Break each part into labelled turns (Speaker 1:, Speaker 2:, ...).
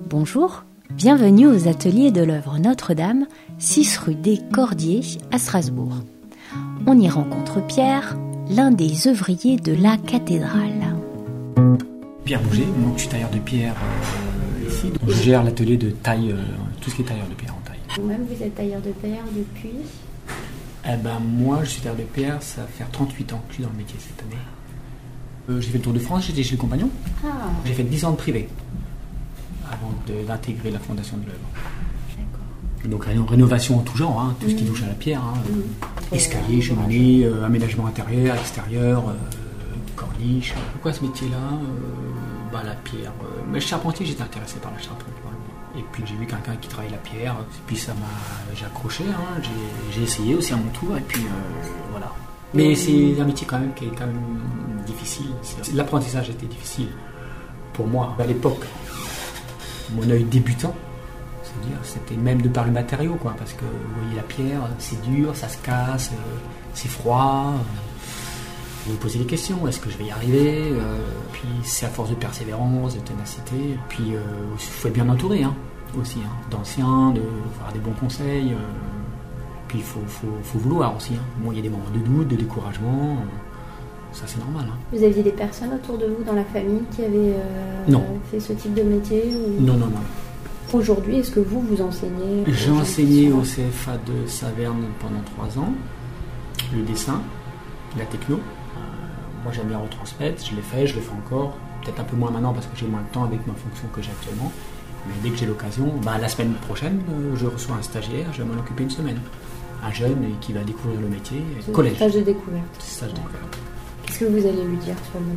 Speaker 1: Bonjour, bienvenue aux ateliers de l'œuvre Notre-Dame, 6 rue des Cordiers à Strasbourg. On y rencontre Pierre, l'un des œuvriers de la cathédrale.
Speaker 2: Pierre Bouget, moi je suis tailleur de pierre ici, donc je gère l'atelier de taille, tout ce qui est tailleur de pierre en taille.
Speaker 3: Vous-même vous êtes tailleur de pierre depuis ?
Speaker 2: Moi je suis tailleur de pierre, ça va faire 38 ans que je suis dans le métier cette année. J'ai fait le tour de France, j'étais chez les compagnons. J'ai fait 10 ans de privé avant d'intégrer la fondation de l'œuvre.
Speaker 3: D'accord.
Speaker 2: Donc rénovation en tout genre, tout ce qui touche à la pierre, escalier, cheminée, aménagement intérieur, extérieur, corniche. Pourquoi ce métier-là La pierre. Mais charpentier, j'étais intéressé par la charpente. Et puis j'ai vu quelqu'un qui travaillait la pierre, et puis j'ai accroché, j'ai essayé aussi à mon tour, et puis voilà. Mais c'est un métier quand même qui est quand même difficile. L'apprentissage était difficile pour moi à l'époque. Mon œil débutant, c'est-à-dire c'était même de par le matériau, parce que vous voyez la pierre, c'est dur, ça se casse, c'est froid. Vous vous posez des questions, est-ce que je vais y arriver Puis c'est à force de persévérance, de ténacité. Puis il faut être bien entouré aussi, d'anciens, d'avoir des bons conseils. Puis il faut vouloir aussi. Bon, il y a des moments de doute, de découragement. Ça c'est normal.
Speaker 3: Vous aviez des personnes autour de vous dans la famille qui avaient fait ce type de métier ou...
Speaker 2: Non.
Speaker 3: Aujourd'hui, est-ce que vous enseignez
Speaker 2: J'ai enseigné au CFA de Saverne pendant 3 ans, le dessin, la techno. Moi j'aime bien retransmettre, je le fais encore, peut-être un peu moins maintenant parce que j'ai moins de temps avec ma fonction que j'ai actuellement. Mais dès que j'ai l'occasion, la semaine prochaine, je reçois un stagiaire, je vais m'en occuper une semaine. Un jeune qui va découvrir le métier, collège.
Speaker 3: Stage de découverte.
Speaker 2: Stage de découverte.
Speaker 3: Qu'est-ce que vous allez lui dire sur le métier ?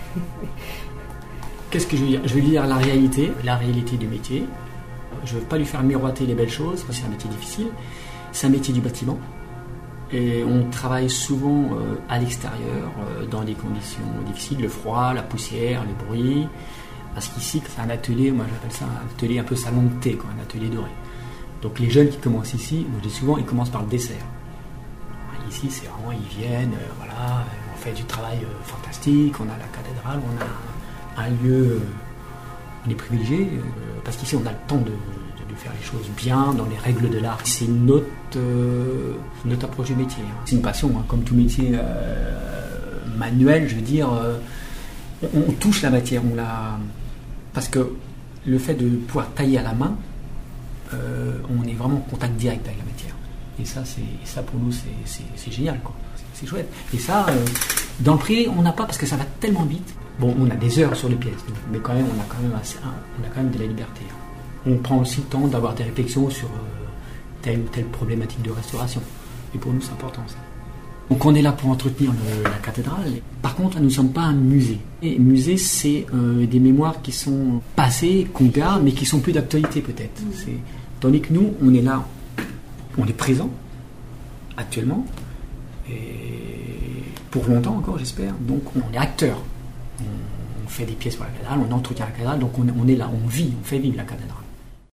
Speaker 2: Qu'est-ce que je vais dire ? Je vais lui dire la réalité du métier. Je ne veux pas lui faire miroiter les belles choses, parce que c'est un métier difficile. C'est un métier du bâtiment. Et on travaille souvent à l'extérieur, dans des conditions difficiles, le froid, la poussière, les bruits. Parce qu'ici, c'est un atelier, moi j'appelle ça un atelier un peu salon de thé, un atelier doré. Donc les jeunes qui commencent ici, moi je dis souvent, ils commencent par le dessert. Ici, c'est vraiment, ils viennent, on fait du travail fantastique, on a la cathédrale, on a un lieu, on est privilégié, parce qu'ici on a le temps de faire les choses bien, dans les règles de l'art. C'est notre approche du métier. C'est une passion, comme tout métier manuel, je veux dire, on touche la matière, parce que le fait de pouvoir tailler à la main, on est vraiment en contact direct avec la matière. Et ça pour nous, c'est génial, c'est chouette. Et ça, dans le privé, on n'a pas, parce que ça va tellement vite. Bon, on a des heures sur les pièces, mais quand même, on a quand même de la liberté. On prend aussi le temps d'avoir des réflexions sur telle ou telle problématique de restauration. Et pour nous, c'est important, ça. Donc on est là pour entretenir la cathédrale. Par contre, nous ne sommes pas un musée. Et musée, c'est des mémoires qui sont passées, qu'on garde, mais qui sont plus d'actualité peut-être. Tandis que nous, on est là, on est présent, actuellement, et pour longtemps encore, j'espère. Donc on est acteur. On fait des pièces pour la cathédrale, on entretient la cathédrale, donc on est là, on fait vivre la cathédrale.